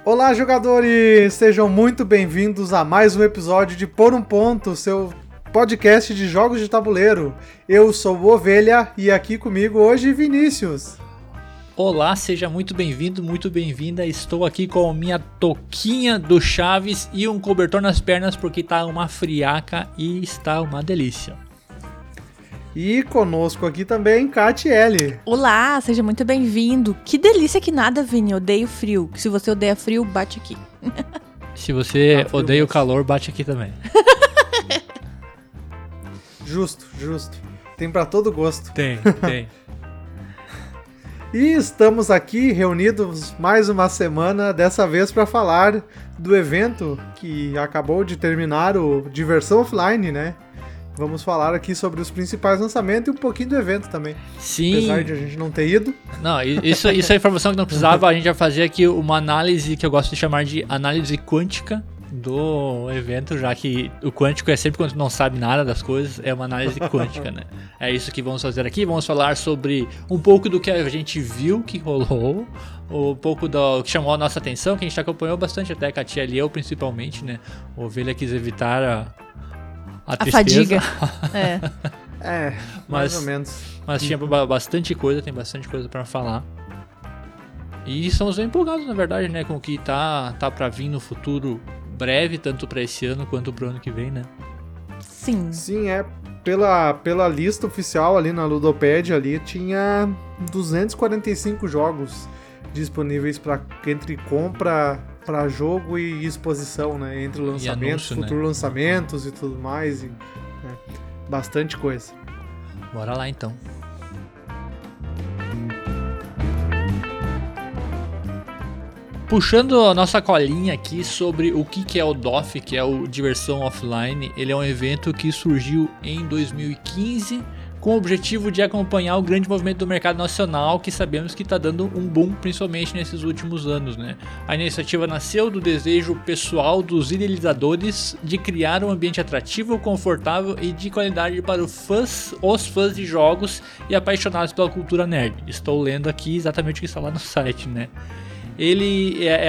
Olá, jogadores! Sejam muito bem-vindos a mais um episódio de Por um Ponto, seu podcast de jogos de tabuleiro. Eu sou o Ovelha e aqui comigo hoje Vinícius. Olá, seja muito bem-vindo, muito bem-vinda. Estou aqui com a minha touquinha do Chaves e um cobertor nas pernas porque tá uma friaca e está uma delícia. E conosco aqui também, Catiele. Olá, seja muito bem-vindo. Que delícia que nada, Vini. Odeio frio. Se você odeia frio, bate aqui. Se você odeia o calor, bate aqui também. Justo. Tem pra todo gosto. Tem. E estamos aqui reunidos mais uma semana, dessa vez para falar do evento que acabou de terminar, o Diversão Offline, né? Vamos falar aqui sobre os principais lançamentos e um pouquinho do evento também. Sim. Apesar de a gente não ter ido. Não, isso é informação que não precisava. A gente vai fazer aqui uma análise que eu gosto de chamar de análise quântica do evento, já que o quântico é sempre quando tu não sabe nada das coisas, é uma análise quântica, né? É isso que vamos fazer aqui. Vamos falar sobre um pouco do que a gente viu que rolou, um pouco do que chamou a nossa atenção, que a gente acompanhou bastante, até a Katia e eu principalmente, né? O Ovelha quis evitar a tristeza. Fadiga. Mais ou menos. Mas tinha bastante coisa, tem bastante coisa pra falar. E estamos bem empolgados, na verdade, né? Com o que tá pra vir no futuro breve, tanto pra esse ano quanto pro ano que vem, né? Sim. Sim, pela lista oficial ali na Ludopédia, ali tinha 245 jogos disponíveis entre compra para jogo e exposição, né? Entre lançamentos, futuros lançamentos e tudo mais. Bastante coisa. Bora lá então. Puxando a nossa colinha aqui sobre o que é o DOF, que é o Diversão Offline, ele é um evento que surgiu em 2015 com o objetivo de acompanhar o grande movimento do mercado nacional, que sabemos que está dando um boom, principalmente nesses últimos anos, né? A iniciativa nasceu do desejo pessoal dos idealizadores de criar um ambiente atrativo, confortável e de qualidade para os fãs de jogos e apaixonados pela cultura nerd. Estou lendo aqui exatamente o que está lá no site, né? Ele é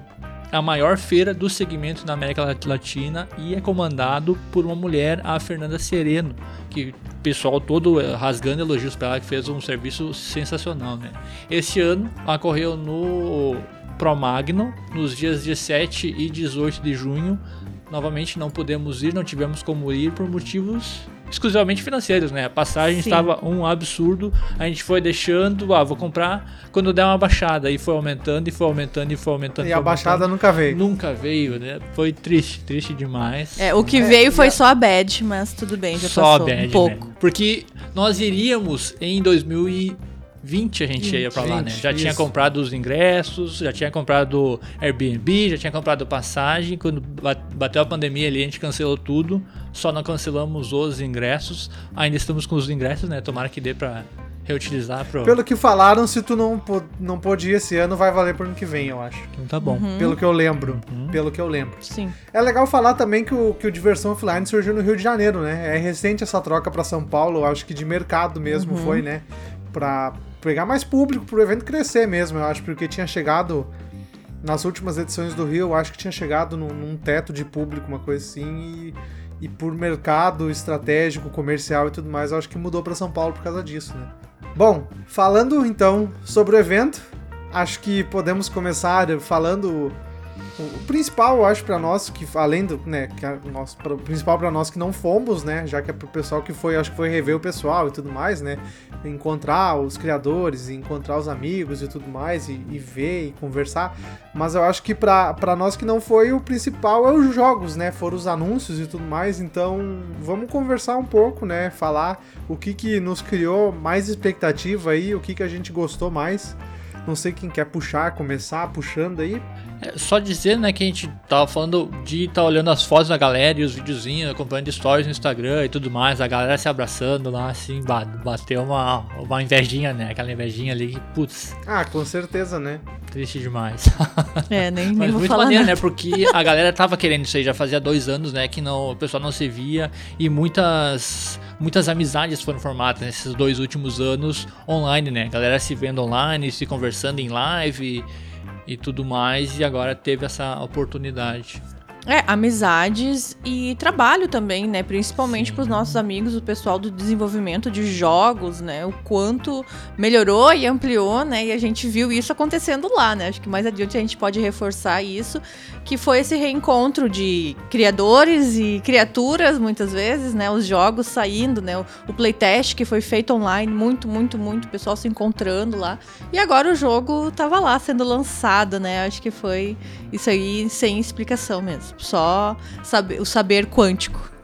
a maior feira do segmento na América Latina e é comandado por uma mulher, a Fernanda Sereno, que o pessoal todo rasgando elogios para ela, que fez um serviço sensacional, né? Esse ano ocorreu no Promagno, nos dias 17 e 18 de junho. Novamente não pudemos ir, não tivemos como ir por motivos exclusivamente financeiros, né? A passagem estava um absurdo, a gente foi deixando, vou comprar quando der uma baixada, e foi aumentando. E a baixada nunca veio. Nunca veio, né? Foi triste demais. O que veio foi só a bad, mas tudo bem, já só passou bad, um pouco. né? Porque nós iríamos em 2020, a gente ia pra lá, né? Já tinha comprado os ingressos, já tinha comprado Airbnb, já tinha comprado passagem. Quando bateu a pandemia ali, a gente cancelou tudo. Só não cancelamos os ingressos. Ainda estamos com os ingressos, né? Tomara que dê pra reutilizar. Pelo que falaram, se tu não pôde ir esse ano, vai valer pro ano que vem, eu acho. Então tá bom. Pelo que eu lembro. Sim. É legal falar também que o Diversão Offline surgiu no Rio de Janeiro, né? É recente essa troca pra São Paulo, eu acho que de mercado mesmo foi, né? Pra pegar mais público, pro evento crescer mesmo, eu acho, porque tinha chegado nas últimas edições do Rio, eu acho que tinha chegado num teto de público, uma coisa assim, e por mercado estratégico, comercial e tudo mais, eu acho que mudou pra São Paulo por causa disso, né? Bom, falando então sobre o evento, acho que podemos começar falando o principal, eu acho, pra nós, que além do, né, o principal pra nós que não fomos, né, já que é pro pessoal que foi, acho que foi rever o pessoal e tudo mais, né, encontrar os criadores, encontrar os amigos e tudo mais, e ver e conversar, mas eu acho que pra nós que não foi, o principal é os jogos, né, foram os anúncios e tudo mais, então vamos conversar um pouco, né, falar o que nos criou mais expectativa aí, o que a gente gostou mais. Não sei quem quer começar puxando aí. Só dizer, né, que a gente tava falando de estar olhando as fotos da galera e os videozinhos, acompanhando stories no Instagram e tudo mais, a galera se abraçando lá, assim, bateu uma invejinha, né, aquela invejinha ali, putz. Com certeza, né. Triste demais. Nem Mas vou muito falar maneiro, nada. né, porque a galera tava querendo isso aí, já fazia 2 anos, né, que o pessoal não se via, e muitas amizades foram formadas nesses 2 últimos anos online, né, a galera se vendo online, se conversando em live. e tudo mais, e agora teve essa oportunidade. Amizades e trabalho também, né? Principalmente para os nossos amigos, o pessoal do desenvolvimento de jogos, né? O quanto melhorou e ampliou, né? E a gente viu isso acontecendo lá, né? Acho que mais adiante a gente pode reforçar isso, que foi esse reencontro de criadores e criaturas, muitas vezes, né? Os jogos saindo, né? O playtest que foi feito online, muito, o pessoal se encontrando lá. E agora o jogo tava lá sendo lançado, né? Acho que foi isso aí sem explicação mesmo. Só o saber quântico.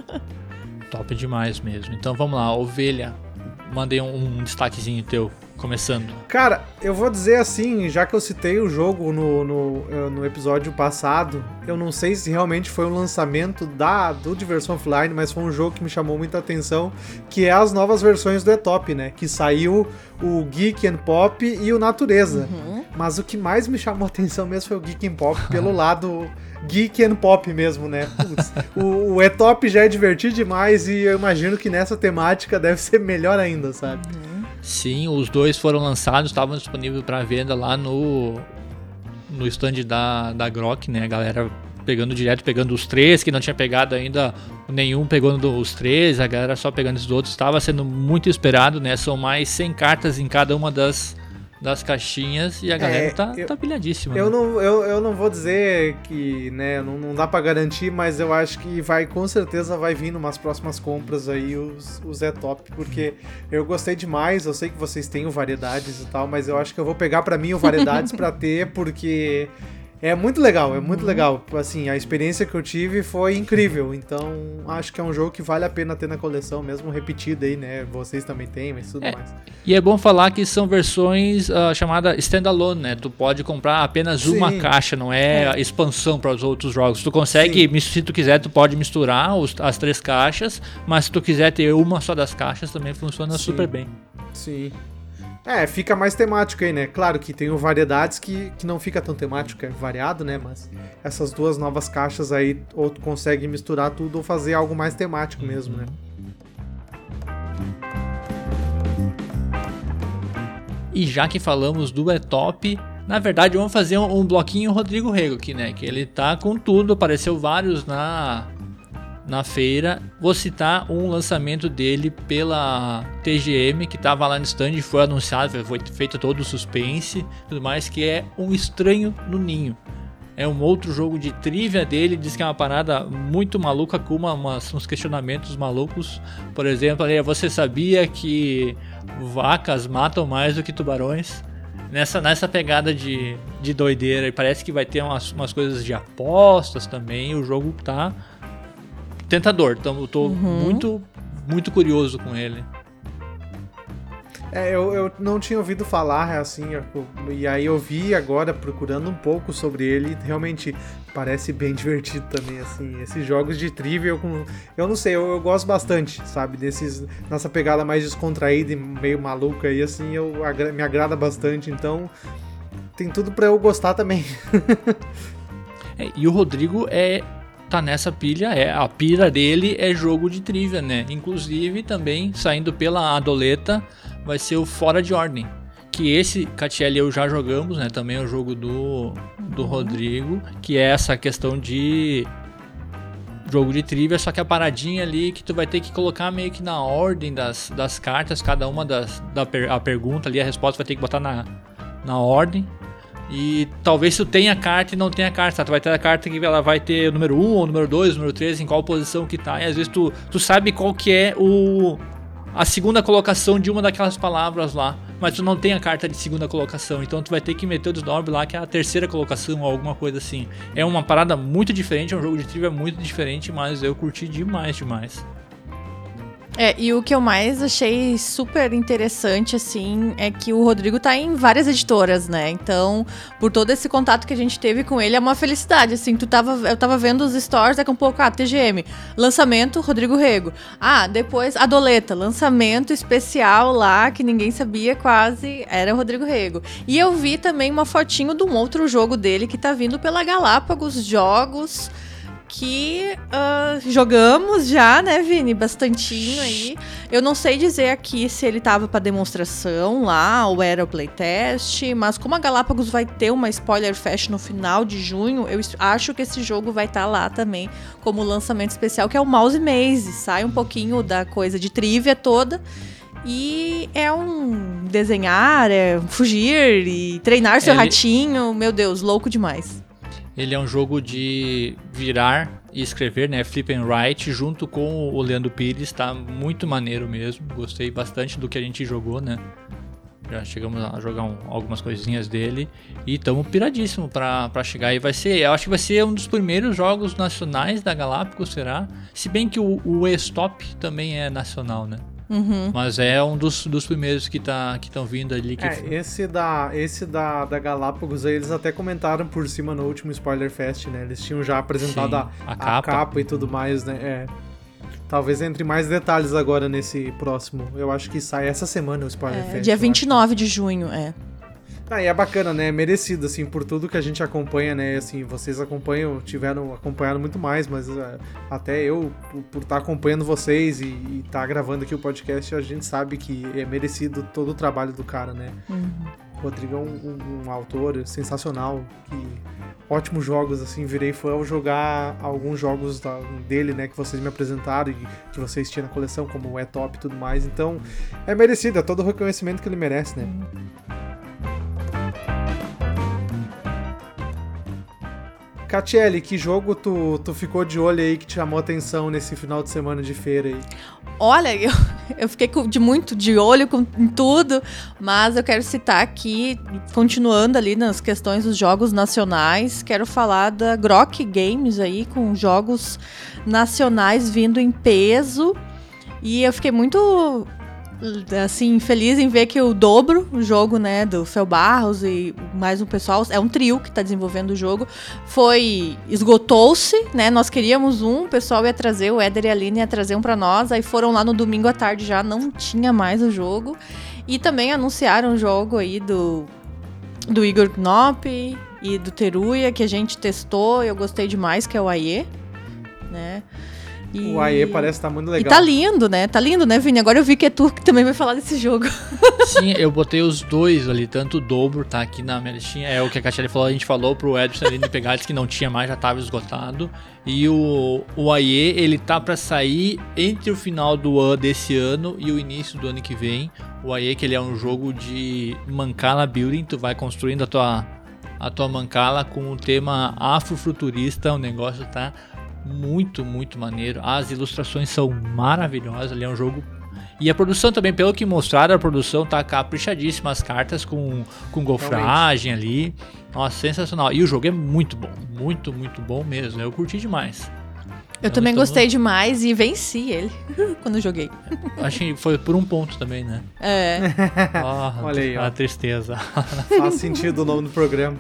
Top demais mesmo. Então vamos lá, Ovelha, mandei um destaquezinho teu, começando. Cara, eu vou dizer assim, já que eu citei o jogo no episódio passado, eu não sei se realmente foi um lançamento do Diversão Offline, mas foi um jogo que me chamou muita atenção, que é as novas versões do E-Top, né? Que saiu o Geek and Pop e o Natureza. Mas o que mais me chamou a atenção mesmo foi o Geek and Pop pelo lado Geek and Pop mesmo, né? Putz, o E-Top já é divertido demais e eu imagino que nessa temática deve ser melhor ainda, sabe? Sim, os dois foram lançados, estavam disponíveis para venda lá no stand da Grok, né? A galera pegando os três, que não tinha pegado ainda nenhum, pegando os três, a galera só pegando os outros. Estava sendo muito esperado, né? São mais 100 cartas em cada uma das caixinhas e a galera tá pilhadíssima. Eu não vou dizer que, né, não dá pra garantir, mas eu acho que com certeza vai vir numas próximas compras aí os E-Top, porque eu gostei demais, eu sei que vocês têm o Variedades e tal, mas eu acho que eu vou pegar pra mim o Variedades pra ter, porque é muito legal, assim, a experiência que eu tive foi incrível, então acho que é um jogo que vale a pena ter na coleção, mesmo repetido aí, né, vocês também têm, mas tudo mais. E é bom falar que são versões chamada standalone, né, tu pode comprar apenas uma caixa, não é expansão para os outros jogos, tu consegue, se tu quiser, tu pode misturar as 3 caixas, mas se tu quiser ter uma só das caixas, também funciona super bem. Sim. Fica mais temático aí, né? Claro que tem o Variedades que não fica tão temático, é variado, né? Mas essas 2 novas caixas aí, ou tu consegue misturar tudo ou fazer algo mais temático mesmo, né? E já que falamos do E-Top, na verdade vamos fazer um bloquinho Rodrigo Rego aqui, né? Que ele tá com tudo, apareceu vários na feira. Vou citar um lançamento dele pela TGM, que estava lá no stand, foi anunciado, foi feito todo o suspense, tudo mais, que é Um Estranho no Ninho. É um outro jogo de trivia dele, diz que é uma parada muito maluca, com uns questionamentos malucos. Por exemplo, você sabia que vacas matam mais do que tubarões? Nessa pegada de doideira, e parece que vai ter umas coisas de apostas também, o jogo tá tentador, então eu tô muito, muito curioso com ele. Eu não tinha ouvido falar, assim, e aí eu vi agora, procurando um pouco sobre ele, realmente parece bem divertido também, assim, esses jogos de trivia, eu não sei, eu gosto bastante, sabe, nessa pegada mais descontraída e meio maluca aí, assim, me agrada bastante, então tem tudo pra eu gostar também. E o Rodrigo tá nessa pilha, a pira dele é jogo de trivia, né? Inclusive também saindo pela Adoleta vai ser o Fora de Ordem, que esse Catiel e eu já jogamos, né? Também é o jogo do Rodrigo, que é essa questão de jogo de trivia, só que a paradinha ali que tu vai ter que colocar meio que na ordem das cartas, cada uma a pergunta ali, a resposta vai ter que botar na ordem. E talvez tu tenha carta e não tenha carta, tu vai ter a carta que ela vai ter o número 1 ou o número 2, o número 3, em qual posição que tá, e às vezes tu sabe qual que é a segunda colocação de uma daquelas palavras lá, mas tu não tem a carta de segunda colocação, então tu vai ter que meter o desdobre lá, que é a terceira colocação ou alguma coisa assim. É uma parada muito diferente, é um jogo de trivia muito diferente, mas eu curti demais. E o que eu mais achei super interessante, assim, é que o Rodrigo tá em várias editoras, né? Então, por todo esse contato que a gente teve com ele, é uma felicidade, assim. Eu tava vendo os stories, daqui a um pouco, TGM, lançamento, Rodrigo Rego. Depois, Adoleta, lançamento especial lá, que ninguém sabia quase, era o Rodrigo Rego. E eu vi também uma fotinho de um outro jogo dele, que tá vindo pela Galápagos Jogos, que jogamos já, né, Vini? Bastantinho aí. Eu não sei dizer aqui se ele tava pra demonstração lá ou era o playtest, mas como a Galápagos vai ter uma Spoiler Fest no final de junho, eu acho que esse jogo vai estar lá também como lançamento especial, que é o Mouse Maze. Sai um pouquinho da coisa de trivia toda. E é um desenhar, é fugir e treinar seu ratinho. Meu Deus, louco demais. Ele é um jogo de virar e escrever, né? Flip and write, junto com o Leandro Pires. Tá muito maneiro mesmo. Gostei bastante do que a gente jogou, né? Já chegamos a jogar algumas coisinhas dele. E estamos piradíssimos pra chegar. E eu acho que vai ser um dos primeiros jogos nacionais da Galápagos, será? Se bem que o E-Stop também é nacional, né? Uhum. Mas é um dos primeiros que estão vindo ali. Esse da Galápagos aí, eles até comentaram por cima no último Spoiler Fest, né? Eles tinham já apresentado a capa e tudo mais, né? Talvez entre mais detalhes agora nesse próximo. Eu acho que sai essa semana o Spoiler Fest. Dia 29 de junho, E é bacana, né? É merecido, assim, por tudo que a gente acompanha, né? Assim, vocês tiveram acompanhado muito mais, mas até eu, por estar acompanhando vocês e estar gravando aqui o podcast, a gente sabe que é merecido todo o trabalho do cara, né? Uhum. O Rodrigo é um autor sensacional, ótimos jogos, assim, virei fã ao jogar alguns jogos dele, né, que vocês me apresentaram e que vocês tinham na coleção, como o E-Top e tudo mais, então é merecido, é todo o reconhecimento que ele merece, né? Catiele, que jogo tu ficou de olho aí que te chamou a atenção nesse final de semana de feira aí? Olha, eu fiquei muito de olho em tudo, mas eu quero citar aqui, continuando ali nas questões dos jogos nacionais, quero falar da Grok Games aí, com jogos nacionais vindo em peso, e eu fiquei muito... assim, feliz em ver que o Dobro, o jogo, né, do Fel Barros e mais um pessoal, é um trio que tá desenvolvendo o jogo, esgotou-se, né, nós queríamos o pessoal ia trazer, o Éder e a Aline ia trazer um pra nós, aí foram lá no domingo à tarde já, não tinha mais o jogo, e também anunciaram o jogo aí do Igor Knop e do Teruya, que a gente testou, eu gostei demais, que é o Aie, né. O AE parece estar muito legal. E tá lindo, né, Vini? Agora eu vi que é tu que também vai falar desse jogo. Sim, eu botei os dois ali, tanto o Dobro, tá aqui na minha listinha, é o que a Catiele falou, a gente falou pro Edson ali pegar, disse que não tinha mais, já tava esgotado. E o AE, ele tá pra sair entre o final desse ano e o início do ano que vem. O AE, que ele é um jogo de Mancala Building, tu vai construindo a tua Mancala com um tema afrofuturista, o negócio tá muito, muito maneiro. As ilustrações são maravilhosas. Ali é um jogo. E a produção também, pelo que mostraram, a produção tá caprichadíssima. As cartas com gofragem ali. Nossa, sensacional. E o jogo é muito bom. Muito, muito bom mesmo. Eu curti demais. Eu também gostei demais e venci ele quando joguei. Acho que foi por um ponto também, né? Olha aí, ó. A tristeza. Faz sentido o nome do programa.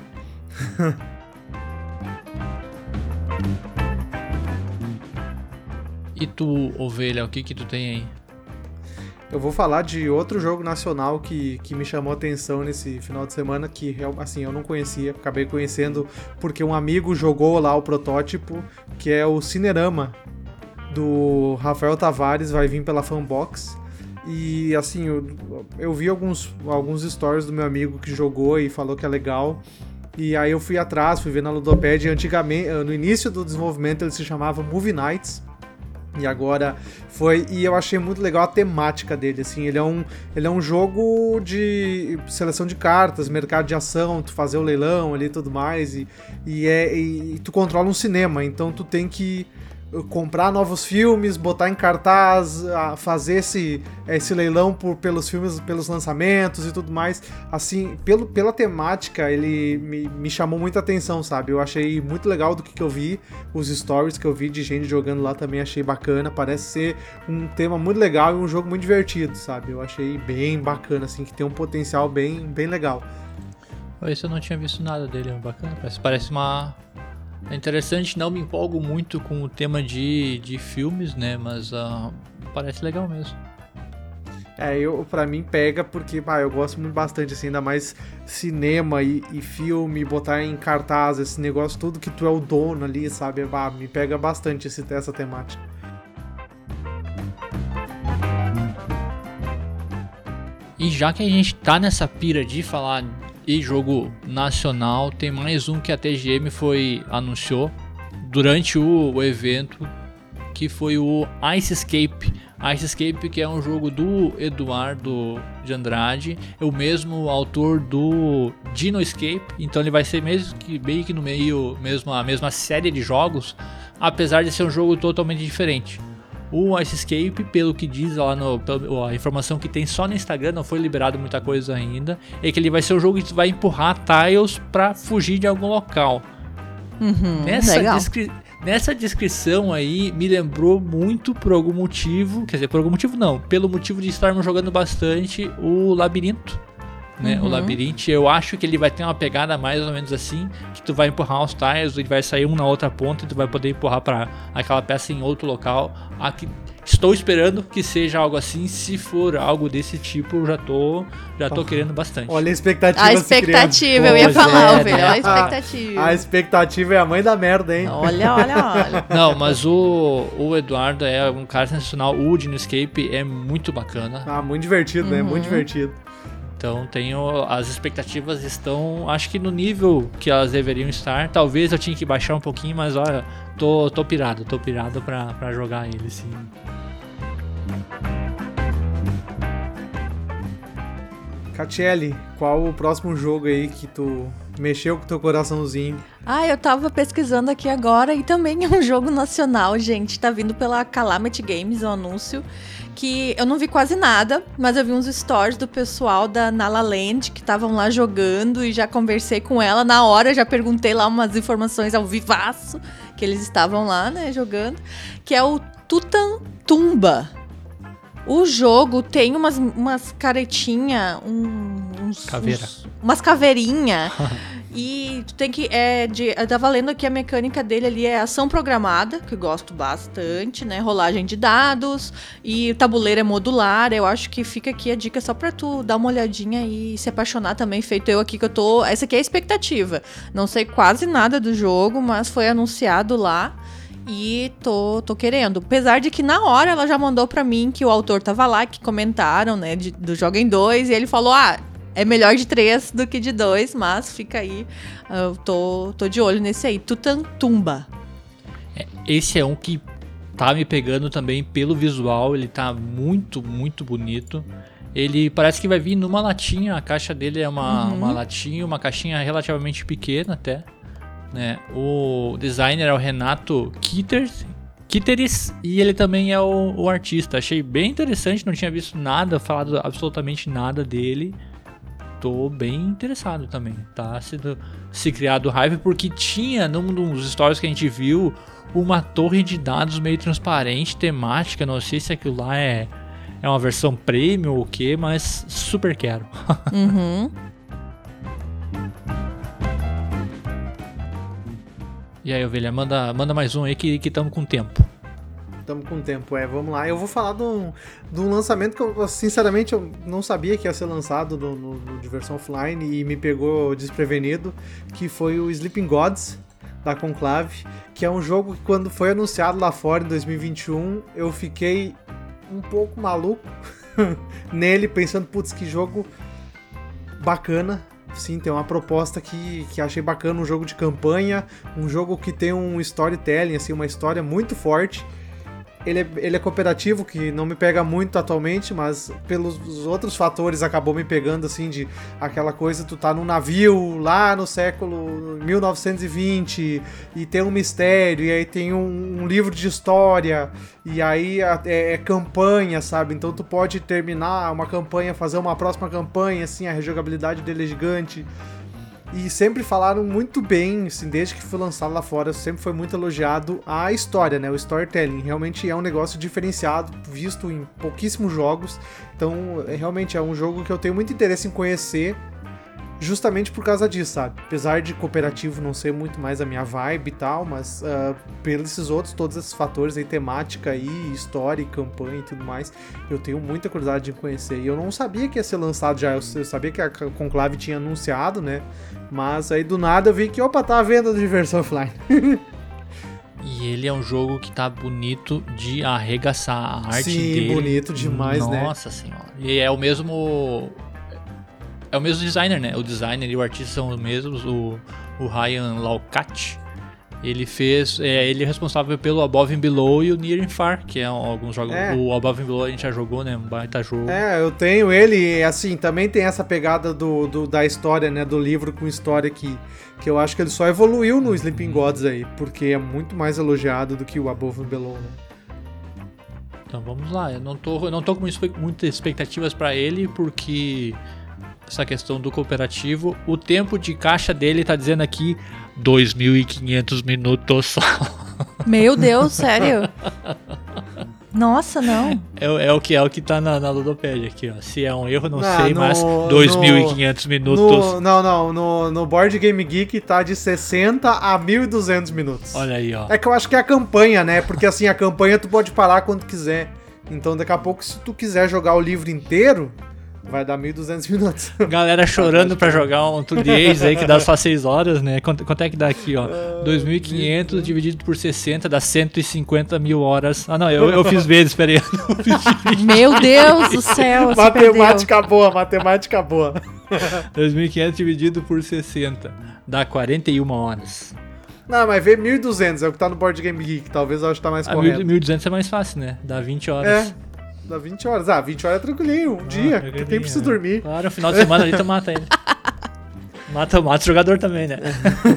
E tu, Ovelha, o que tu tem aí? Eu vou falar de outro jogo nacional que me chamou a atenção nesse final de semana, que assim, eu não conhecia, acabei conhecendo porque um amigo jogou lá o protótipo, que é o Cinerama, do Rafael Tavares, vai vir pela Fanbox. E assim, eu vi alguns stories do meu amigo que jogou e falou que é legal. E aí eu fui atrás, fui ver na Ludopad. Antigamente, no início do desenvolvimento, ele se chamava Movie Nights. E agora e eu achei muito legal a temática dele, assim, ele é um jogo de seleção de cartas, mercado de ação, tu fazer o leilão ali e tudo mais, e tu controla um cinema, então tu tem que comprar novos filmes, botar em cartaz, fazer esse leilão pelos filmes, pelos lançamentos e tudo mais. Assim, pela temática, ele me chamou muita atenção, sabe? Eu achei muito legal do que eu vi, os stories que eu vi de gente jogando lá também achei bacana. Parece ser um tema muito legal e um jogo muito divertido, sabe? Eu achei bem bacana, assim, que tem um potencial bem, bem legal. Esse eu não tinha visto nada dele, é bacana. Parece uma... É interessante, não me empolgo muito com o tema de filmes, né? Mas parece legal mesmo. Pra mim pega porque, eu gosto muito bastante, assim, ainda mais cinema e filme, botar em cartaz, esse negócio, tudo que tu é o dono ali, sabe? Me pega bastante essa temática. E já que a gente tá nessa pira de falar de jogo nacional, tem mais um que a TGM anunciou durante o evento, que foi o Ice Escape. Ice Escape, que é um jogo do Eduardo de Andrade, é o mesmo autor do Dino Escape, então ele vai ser meio que no meio a mesma série de jogos, apesar de ser um jogo totalmente diferente. O Ice Escape, pelo que diz lá a informação que tem só no Instagram, não foi liberado muita coisa ainda, é que ele vai ser um jogo que vai empurrar tiles pra fugir de algum local. Nessa descrição aí, me lembrou muito por algum motivo, quer dizer, por algum motivo não, pelo motivo de estarmos jogando bastante o Labirinto, né? O Labirinto, eu acho que ele vai ter uma pegada mais ou menos assim, que tu vai empurrar os tiles, ele vai sair um na outra ponta e tu vai poder empurrar pra aquela peça em outro local. Aqui, estou esperando que seja algo assim. Se for algo desse tipo, eu já tô querendo bastante. Olha a expectativa. A expectativa, eu ia falar, velho. A expectativa. A expectativa é a mãe da merda, hein? Olha. Não, mas o Eduardo é um cara sensacional. O Dino Escape é muito bacana. Muito divertido, né? Muito divertido. Então as expectativas estão, acho que no nível que elas deveriam estar. Talvez eu tinha que baixar um pouquinho, mas olha, tô pirado pra jogar ele, sim. Catiele, qual o próximo jogo aí que tu mexeu com o teu coraçãozinho? Eu tava pesquisando aqui agora e também é um jogo nacional, gente. Tá vindo pela Calamity Games, o anúncio, que eu não vi quase nada, mas eu vi uns stories do pessoal da Nala Land que estavam lá jogando e já conversei com ela na hora, já perguntei lá umas informações ao vivaço que eles estavam lá, né, jogando, que é o Tutan Tumba. O jogo tem umas caretinhas, umas caveirinhas. E tu tem que... eu tava lendo aqui a mecânica dele ali, é ação programada, que eu gosto bastante, né? Rolagem de dados. E o tabuleiro é modular. Eu acho que fica aqui a dica só pra tu dar uma olhadinha e se apaixonar também, feito eu aqui que eu tô... Essa aqui é a expectativa. Não sei quase nada do jogo, mas foi anunciado lá. E tô querendo. Apesar de que na hora ela já mandou pra mim que o autor tava lá, que comentaram, né, do jogo em 2, e ele falou, é melhor de 3 do que de 2, mas fica aí, eu tô de olho nesse aí, Tutan Tumba. Esse é um que tá me pegando também pelo visual, ele tá muito, muito bonito. Ele parece que vai vir numa latinha, a caixa dele é uma latinha, uma caixinha relativamente pequena até. Né? O designer é o Renato Kitteris e ele também é o artista. Achei bem interessante, não tinha visto nada, falado absolutamente nada dele. Tô bem interessado também. Tá se criado hype, porque tinha num dos stories que a gente viu uma torre de dados meio transparente, temática. Não sei se aquilo lá é uma versão premium ou o que, mas super quero. E aí, Ovelha, manda mais um aí que estamos com tempo. Estamos com tempo, vamos lá. Eu vou falar de um lançamento que eu, sinceramente, eu não sabia que ia ser lançado no Diversão Offline e me pegou desprevenido, que foi o Sleeping Gods, da Conclave, que é um jogo que quando foi anunciado lá fora em 2021, eu fiquei um pouco maluco nele, pensando, putz, que jogo bacana. Sim, tem uma proposta que achei bacana, um jogo de campanha, um jogo que tem um storytelling, assim, uma história muito forte. Ele é cooperativo, que não me pega muito atualmente, mas pelos outros fatores acabou me pegando, assim, de aquela coisa, tu tá num navio lá no século 1920 e tem um mistério, e aí tem um livro de história, e aí é campanha, sabe? Então tu pode terminar uma campanha, fazer uma próxima campanha, assim, a rejogabilidade dele é gigante. E sempre falaram muito bem, assim, desde que foi lançado lá fora, sempre foi muito elogiado a história, né? O storytelling. Realmente é um negócio diferenciado, visto em pouquíssimos jogos. Então, realmente é um jogo que eu tenho muito interesse em conhecer. justamente por causa disso, sabe? Apesar de cooperativo não ser muito mais a minha vibe e tal, mas pelos outros, todos esses fatores aí, temática aí, história, campanha e tudo mais, eu tenho muita curiosidade de conhecer. E eu não sabia que ia ser lançado já, eu sabia que a Conclave tinha anunciado, né? Mas aí do nada eu vi que, opa, tá à venda do Diversão Offline. E ele é um jogo que tá bonito de arregaçar a arte dele. Sim, bonito demais, né? Nossa senhora. E é o mesmo designer, né? O designer e o artista são os mesmos, o Ryan Laukat. Ele fez... ele é responsável pelo Above and Below e o Near and Far, que é alguns jogos... O Above and Below a gente já jogou, né? Um baita jogo. Eu tenho ele, assim, também tem essa pegada da história, né? Do livro com história que eu acho que ele só evoluiu no Sleeping Gods aí, porque é muito mais elogiado do que o Above and Below, né? Então vamos lá, eu não tô com muitas expectativas pra ele, porque... essa questão do cooperativo, o tempo de caixa dele tá dizendo aqui 2.500 minutos só. Meu Deus, sério? Nossa, não. É o que tá na Ludopédia aqui, ó. Se é um erro, não sei, mas 2.500 minutos. No Board Game Geek tá de 60 a 1.200 minutos. Olha aí, ó. É que eu acho que é a campanha, né? Porque assim, a campanha tu pode parar quando quiser. Então daqui a pouco, se tu quiser jogar o livro inteiro, vai dar 1.200 minutos. Galera chorando pra jogar um Tour de Ace aí que dá só 6 horas, né? Quanto é que dá aqui, ó? 2.500 dividido por 60 dá 150 mil horas. Ah, não, eu fiz vezes, peraí. Meu Deus do céu, matemática boa, matemática boa. 2.500 dividido por 60 dá 41 horas. Não, mas vê 1.200, é o que tá no Board Game Geek. Talvez eu acho que tá mais correto. 1.200 é mais fácil, né? Dá 20 horas. Dá 20 horas. 20 horas é tranquilinho, um dia. Porque quem precisa dormir. Claro, no final de semana ali tu mata ele. Mata o jogador também, né?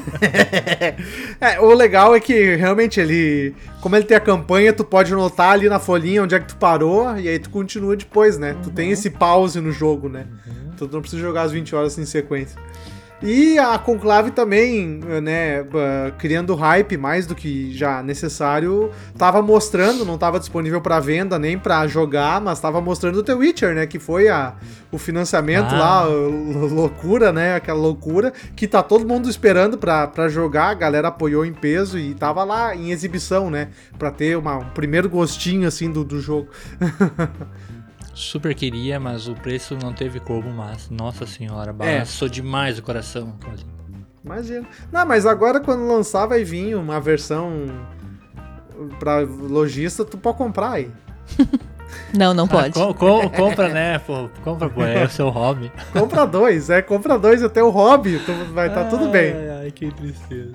O legal é que realmente como ele tem a campanha, tu pode anotar ali na folhinha onde é que tu parou e aí tu continua depois, né? Tu tem esse pause no jogo, né? Então tu não precisa jogar as 20 horas em sequência. E a Conclave também, né, criando hype mais do que já necessário, tava mostrando, não tava disponível pra venda nem pra jogar, mas tava mostrando o The Witcher, né, que foi o financiamento lá, loucura, né, aquela loucura, que tá todo mundo esperando pra jogar, a galera apoiou em peso e tava lá em exibição, né, pra ter um primeiro gostinho, assim, do jogo. Super queria, mas o preço não teve como, mas nossa senhora, balançou demais o coração. Imagina. Não, mas agora quando lançar vai vir uma versão pra lojista, tu pode comprar aí. Não pode. Compra, né? Compra, é o seu hobby. Compra dois é teu hobby, vai estar tudo bem. Ai, que tristeza.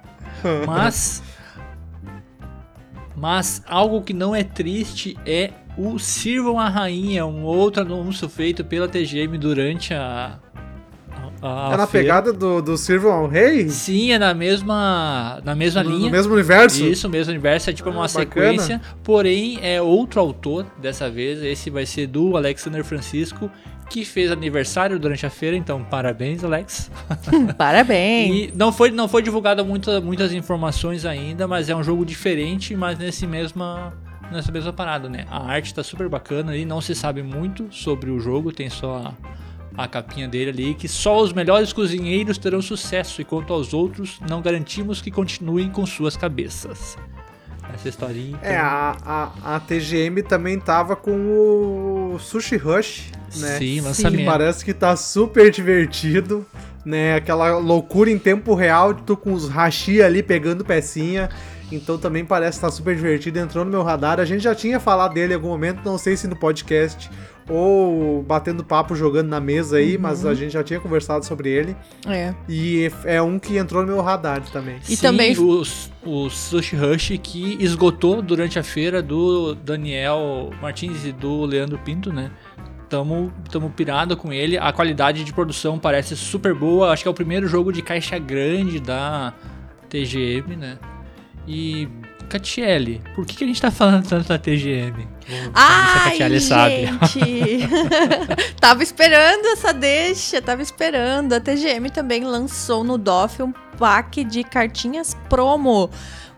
Mas algo que não é triste é o Sirvam a Rainha, um outro anúncio feito pela TGM durante a na pegada do Sirvam ao Rei? Sim, é na mesma linha. No mesmo universo? Isso, mesmo universo, é tipo uma sequência. Porém, é outro autor dessa vez. Esse vai ser do Alexander Francisco, que fez aniversário durante a feira. Então, parabéns, Alex. Parabéns. E não foi divulgado muitas informações ainda, mas é um jogo diferente, mas nessa mesma parada, né? A arte tá super bacana e não se sabe muito sobre o jogo, tem só a capinha dele ali, que só os melhores cozinheiros terão sucesso, e quanto aos outros, não garantimos que continuem com suas cabeças. Essa historinha. Então... a TGM também tava com o Sushi Rush, né? Sim, lançamento. Que parece que tá super divertido, né? Aquela loucura em tempo real, tu com os hashi ali pegando pecinha. Então também parece estar super divertido, entrou no meu radar. A gente já tinha falado dele em algum momento, não sei se no podcast ou batendo papo, jogando na mesa aí, mas a gente já tinha conversado sobre ele. E é um que entrou no meu radar também. E sim, também o Sushi Rush, que esgotou durante a feira, do Daniel Martins e do Leandro Pinto, né? Tamo pirado com ele. A qualidade de produção parece super boa. Acho que é o primeiro jogo de caixa grande da TGM, né? E, Catiele, por que a gente tá falando tanto da TGM? Ai, gente! Tava esperando essa deixa, A TGM também lançou no DOF um pack de cartinhas promo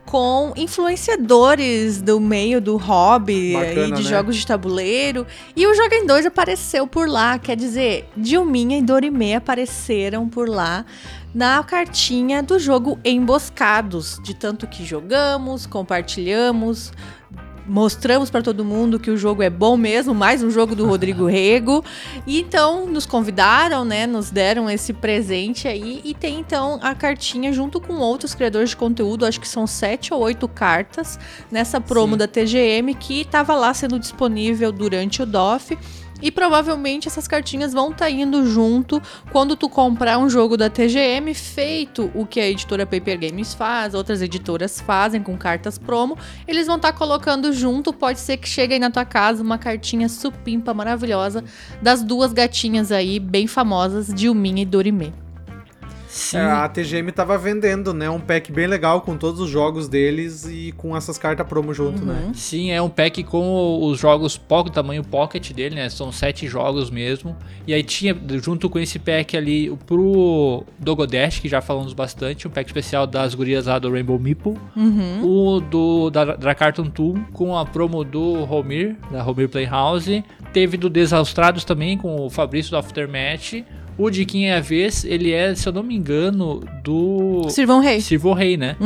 com influenciadores do meio do hobby. Bacana, e de né? jogos de tabuleiro. E o Joga em 2 apareceu por lá, quer dizer, Dilminha e Dorime apareceram por lá na cartinha do jogo Emboscados, de tanto que jogamos, compartilhamos, mostramos para todo mundo que o jogo é bom mesmo, mais um jogo do Rodrigo Rego. E então nos convidaram, né? Nos deram esse presente aí. E tem então a cartinha junto com outros criadores de conteúdo, acho que são 7 ou 8 cartas nessa promo Sim. da TGM que estava lá sendo disponível durante o DOF. E provavelmente essas cartinhas vão estar indo junto quando tu comprar um jogo da TGM, feito o que a editora Paper Games faz, outras editoras fazem com cartas promo, eles vão estar colocando junto, pode ser que chegue aí na tua casa uma cartinha supimpa maravilhosa das duas gatinhas aí, bem famosas, Dilminha e Dorime. Sim. A TGM tava vendendo, né? Um pack bem legal com todos os jogos deles e com essas cartas promo junto, né? Sim, é um pack com os jogos tamanho pocket dele, né? São 7 jogos mesmo. E aí tinha, junto com esse pack ali, pro Dogodash, que já falamos bastante, um pack especial das gurias lá do Rainbow Meeple. O da Cartoon Tool, com a promo do Romir, da Romir Playhouse. Teve do Desaustrados também, com o Fabrício do Aftermath. O de Quem é a Vez, ele é, se eu não me engano, do... Sirvão Rei. Sirvão Rei, né?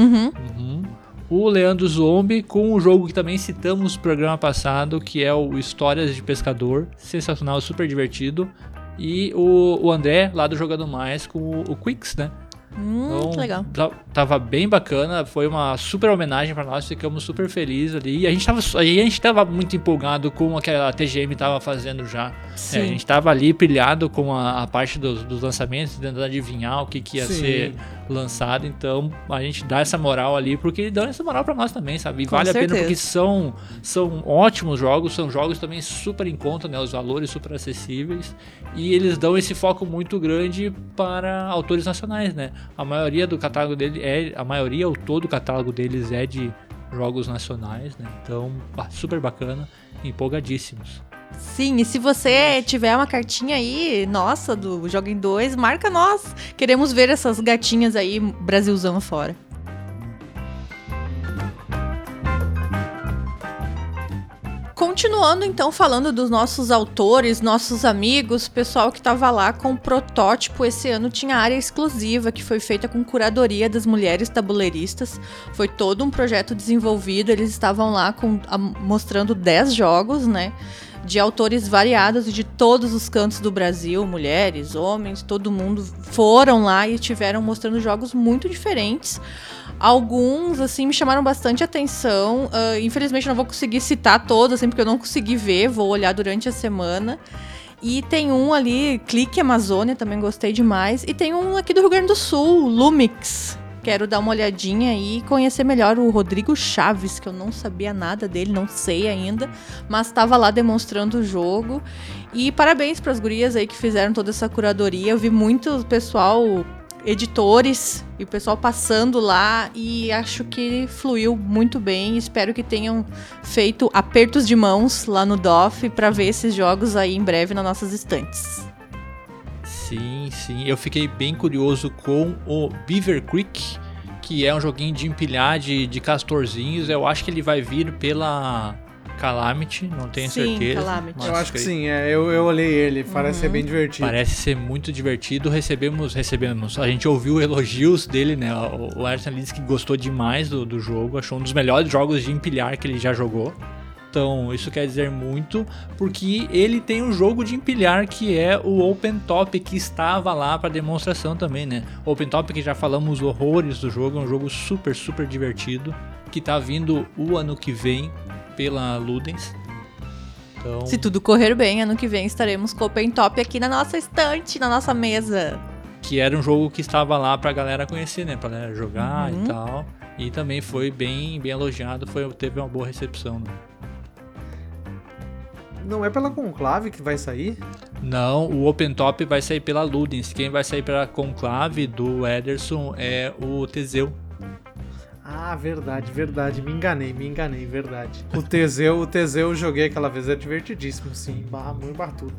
O Leandro Zombie, com um jogo que também citamos no programa passado, que é o Histórias de Pescador. Sensacional, super divertido. E o André, lá do Jogando Mais, com o Quicks, né? Então, Que legal. Tava bem bacana, foi uma super homenagem pra nós, ficamos super felizes ali. E a gente tava muito empolgado com o que a TGM tava fazendo já. Sim. A gente tava ali pilhado com a parte dos lançamentos, tentando adivinhar o que ia Sim. ser lançado. Então a gente dá essa moral ali, porque dão essa moral pra nós também, sabe? E Com vale a certeza. pena porque são ótimos jogos, são jogos também super em conta, né? Os valores super acessíveis. E eles dão esse foco muito grande para autores nacionais, né? A maioria do catálogo dele ou todo o catálogo deles é de jogos nacionais, né? Então, super bacana, empolgadíssimos. Sim, e se você tiver uma cartinha aí, nossa, do Joga em 2, marca nós. Queremos ver essas gatinhas aí, Brasilzão fora. Continuando então falando dos nossos autores, nossos amigos, pessoal que estava lá com o protótipo, esse ano tinha área exclusiva que foi feita com curadoria das mulheres tabuleiristas. Foi todo um projeto desenvolvido, eles estavam lá mostrando 10 jogos, né? De autores variados e de todos os cantos do Brasil, mulheres, homens, todo mundo foram lá e estiveram mostrando jogos muito diferentes. Alguns, assim, me chamaram bastante atenção. Infelizmente, eu não vou conseguir citar todos, assim, porque eu não consegui ver. Vou olhar durante a semana. E tem um ali, Clique Amazônia, também gostei demais. E tem um aqui do Rio Grande do Sul, Lumix. Quero dar uma olhadinha e conhecer melhor o Rodrigo Chaves, que eu não sabia nada dele, não sei ainda. Mas estava lá demonstrando o jogo. E parabéns para as gurias aí que fizeram toda essa curadoria. Eu vi muito pessoal... editores e o pessoal passando lá e acho que fluiu muito bem. Espero que tenham feito apertos de mãos lá no DOF para ver esses jogos aí em breve nas nossas estantes. Sim, eu fiquei bem curioso com o Beaver Creek, que é um joguinho de empilhar de castorzinhos. Eu acho que ele vai vir pela Calamity, não tenho certeza. Calamity. Eu acho que sim, eu olhei ele, parece ser bem divertido. Parece ser muito divertido, recebemos, a gente ouviu elogios dele, né, o Ayrton disse que gostou demais do jogo, achou um dos melhores jogos de empilhar que ele já jogou. Então, isso quer dizer muito, porque ele tem um jogo de empilhar que é o Open Top, que estava lá para demonstração também, né? O Open Top, que já falamos horrores do jogo, é um jogo super, super divertido, que tá vindo o ano que vem pela Ludens. Então... Se tudo correr bem, ano que vem estaremos com o Open Top aqui na nossa estante, na nossa mesa. Que era um jogo que estava lá pra galera conhecer, né? Pra galera jogar e tal. E também foi bem elogiado, teve uma boa recepção, né? Não é pela Conclave que vai sair? Não, o Open Top vai sair pela Ludens. Quem vai sair pela Conclave do Ederson é o Teseu. Ah, verdade, me enganei, verdade. O Teseu eu joguei aquela vez, é divertidíssimo, sim, muito batuta.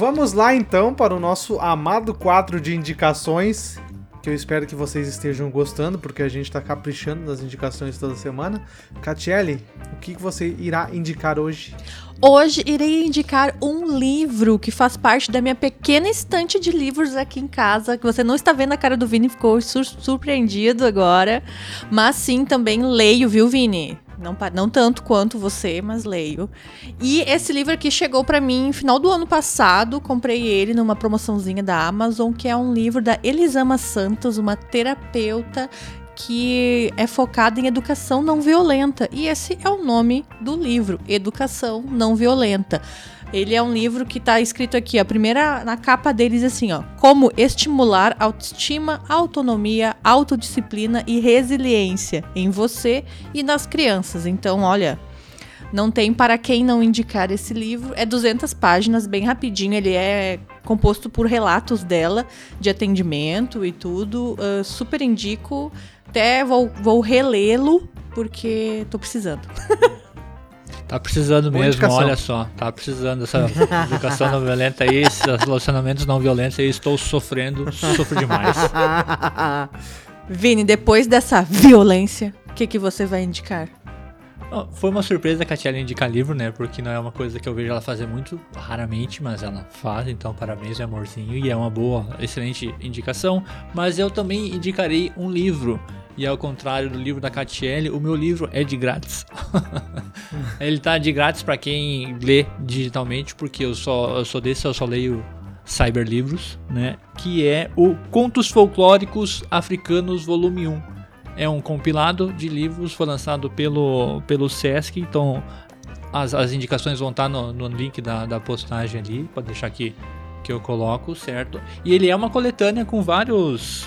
Vamos lá então para o nosso amado quadro de indicações, que eu espero que vocês estejam gostando, porque a gente está caprichando nas indicações toda semana. Catiele, o que você irá indicar hoje? Hoje irei indicar um livro que faz parte da minha pequena estante de livros aqui em casa, que você não está vendo a cara do Vini, ficou surpreendido agora, mas sim, também leio, viu, Vini? Não tanto quanto você, mas leio. E esse livro aqui chegou pra mim no final do ano passado. Comprei ele numa promoçãozinha da Amazon, que é um livro da Elisama Santos, uma terapeuta que é focada em educação não violenta. E esse é o nome do livro, Educação Não Violenta. Ele é um livro que está escrito aqui, a primeira, na capa dele diz assim, ó, como estimular autoestima, autonomia, autodisciplina e resiliência em você e nas crianças. Então, olha, não tem para quem não indicar esse livro. É 200 páginas, bem rapidinho, ele é composto por relatos dela, de atendimento e tudo. Super indico, até vou relê-lo, porque tô precisando. Tá precisando mesmo, indicação. Olha só. Tá precisando dessa educação não violenta aí, esses relacionamentos não violentos aí, estou sofrendo, sofro demais. Vini, depois dessa violência, o que você vai indicar? Foi uma surpresa que a Tia indica livro, né? Porque não é uma coisa que eu vejo ela fazer muito raramente, mas ela faz, então parabéns, amorzinho. E é uma boa, excelente indicação. Mas eu também indicarei um livro. E ao contrário do livro da Catiele, o meu livro é de grátis. Ele tá de grátis para quem lê digitalmente, porque eu só leio cyberlivros, né? Que é o Contos Folclóricos Africanos Volume 1. É um compilado de livros, foi lançado pelo Sesc, então as indicações vão estar no link da postagem ali, pode deixar aqui que eu coloco, certo? E ele é uma coletânea com vários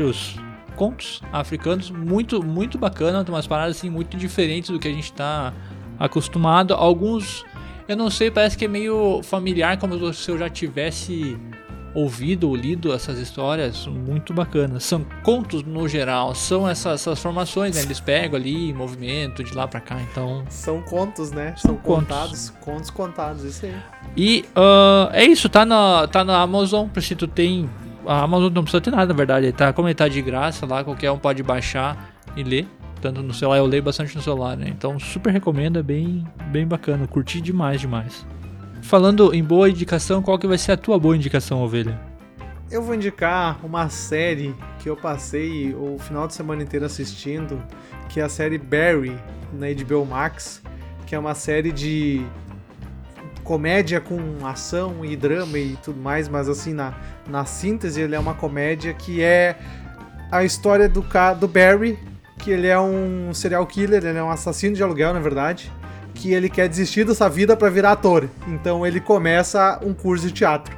contos africanos, muito, muito bacana, tem umas paradas assim muito diferentes do que a gente está acostumado. Alguns, eu não sei, parece que é meio familiar, como se eu já tivesse ouvido ou lido essas histórias, muito bacanas. São contos no geral, são essas formações, né? Eles pegam ali movimento de lá pra cá, então... São contos, né? São contados, contos contados, isso aí. E é isso, tá na Amazon, se tu tem... A Amazon não precisa ter nada, na verdade, como ele tá de graça lá, qualquer um pode baixar e ler, tanto no celular, eu leio bastante no celular, né? Então super recomendo, é bem bacana, curti demais. Falando em boa indicação, qual que vai ser a tua boa indicação, Ovelha? Eu vou indicar uma série que eu passei o final de semana inteiro assistindo, que é a série Barry, na HBO Max, que é uma série de comédia com ação e drama e tudo mais, mas assim, na síntese ele é uma comédia que é a história do Barry, que ele é um serial killer, ele é um assassino de aluguel, na verdade, que ele quer desistir dessa vida pra virar ator. Então ele começa um curso de teatro.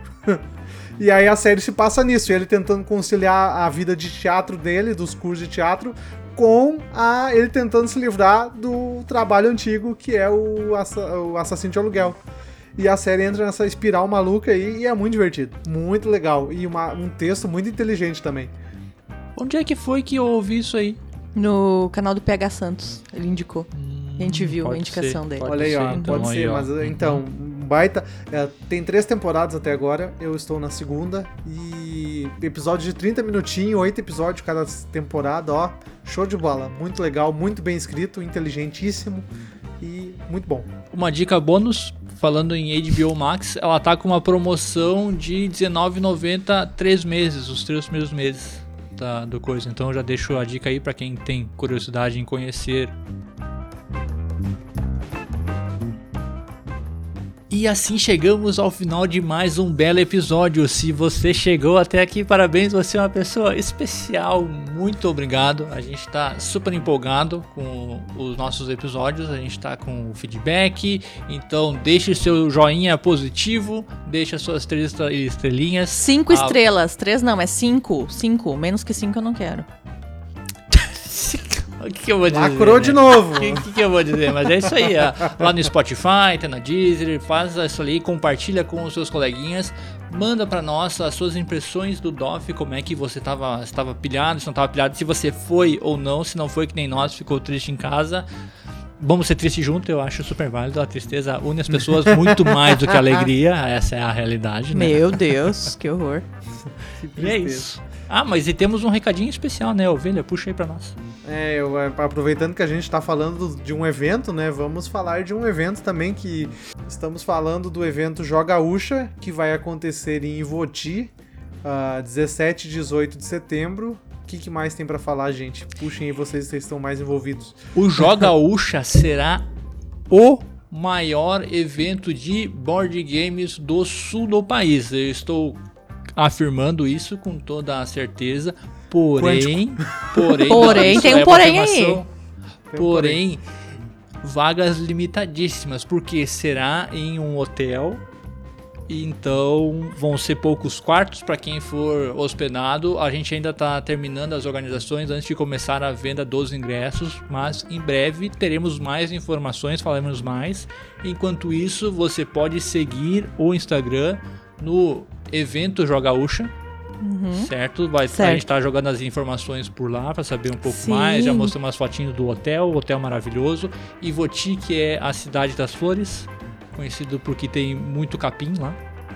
E aí a série se passa nisso, ele tentando conciliar a vida de teatro dele, dos cursos de teatro, com ele tentando se livrar do trabalho antigo, que é o assassino de aluguel. E a série entra nessa espiral maluca aí e é muito divertido, muito legal. E um texto muito inteligente também. Onde é que foi que eu ouvi isso aí? No canal do PH Santos, ele indicou. A gente viu a indicação dele. Olha aí, ó, então, pode ser, mas então, baita. Tem 3 temporadas até agora, eu estou na segunda. E episódio de 30 minutinhos, 8 episódios cada temporada, ó. Show de bola, muito legal, muito bem escrito, inteligentíssimo e muito bom. Uma dica bônus, falando em HBO Max, ela tá com uma promoção de R$19,90 3 meses, os 3 primeiros meses do coisa. Então eu já deixo a dica aí pra quem tem curiosidade em conhecer. E assim chegamos ao final de mais um belo episódio. Se você chegou até aqui, parabéns, você é uma pessoa especial. Muito obrigado. A gente está super empolgado com os nossos episódios. A gente está com feedback. Então deixe seu joinha positivo. Deixe as suas 3 estrelinhas. 5 estrelas. 3 não, é 5. 5. Menos que 5 eu não quero. O que eu vou dizer? Lacrou de novo. O que eu vou dizer? Mas é isso aí, lá no Spotify, tá na Deezer, faz isso ali, compartilha com os seus coleguinhas, manda pra nós as suas impressões do DOF, como é que você estava pilhado, se não estava pilhado, se você foi ou não, se não foi que nem nós, ficou triste em casa. vamos ser tristes junto, eu acho super válido. A tristeza une as pessoas muito mais do que a alegria. Essa é a realidade, né? Meu Deus, que horror. E é isso. Mas e temos um recadinho especial, né, Ovelha? Puxa aí pra nós. Aproveitando que a gente tá falando de um evento, né, vamos falar de um evento também que estamos falando do evento Jogaúcha, que vai acontecer em Ivoti, 17 e 18 de setembro. O que mais tem pra falar, gente? Puxem aí vocês estão mais envolvidos. O Jogaúcha será o maior evento de board games do sul do país. Eu estou afirmando isso com toda a certeza, porém tem um porém aí. Porém, vagas limitadíssimas, porque será em um hotel, então vão ser poucos quartos para quem for hospedado. A gente ainda está terminando as organizações antes de começar a venda dos ingressos, mas em breve teremos mais informações, falaremos mais. Enquanto isso, você pode seguir o Instagram no evento Jogaúcha, certo? A gente tá jogando as informações por lá para saber um pouco mais. Já mostramos umas fotinhas do hotel, maravilhoso. Ivoti, que é a cidade das flores, conhecido porque tem muito capim lá.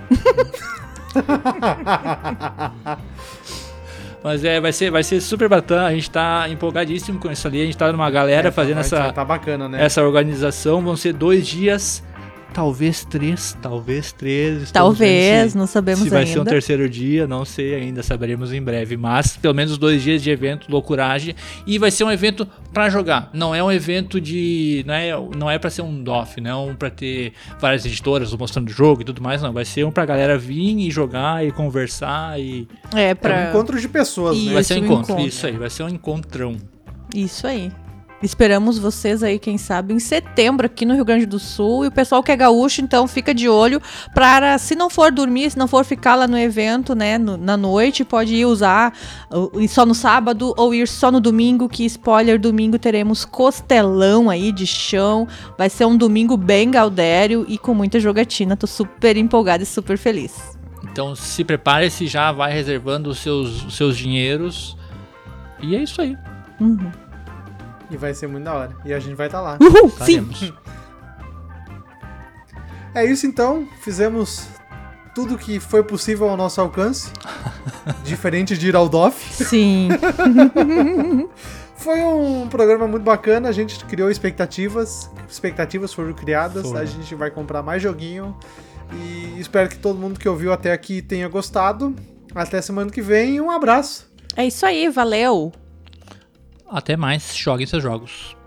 Mas vai ser super bacana. A gente tá empolgadíssimo com isso ali. A gente tá numa galera fazendo tá bacana, né? essa organização. Vão ser 2 dias. Talvez três. Talvez, não sabemos ainda. Se vai ser um terceiro dia, não sei ainda, saberemos em breve. Mas pelo menos 2 dias de evento, loucuragem. E vai ser um evento pra jogar. Não é um evento de... Não é pra ser um DOF, não é pra ter várias editoras mostrando o jogo e tudo mais, não. Vai ser um pra galera vir e jogar e conversar e... É um encontro de pessoas, né? Vai ser um encontro, isso aí, vai ser um encontrão. Isso aí. Esperamos vocês aí, quem sabe, em setembro aqui no Rio Grande do Sul. E o pessoal que é gaúcho, então, fica de olho para, se não for dormir, se não for ficar lá no evento, né, na noite, pode ir ir só no sábado ou ir só no domingo, que spoiler, domingo teremos costelão aí de chão. Vai ser um domingo bem gaudério e com muita jogatina. Tô super empolgada e super feliz. Então, se prepare-se, já vai reservando os seus dinheiros. E é isso aí. E vai ser muito da hora. E a gente vai estar lá. Uhul, sim! É isso então. Fizemos tudo que foi possível ao nosso alcance. Diferente de ir ao DOF. Sim. Foi um programa muito bacana. A gente criou expectativas. Expectativas foram criadas. A gente vai comprar mais joguinho. E espero que todo mundo que ouviu até aqui tenha gostado. Até semana que vem. Um abraço. É isso aí. Valeu! Até mais, joguem seus jogos.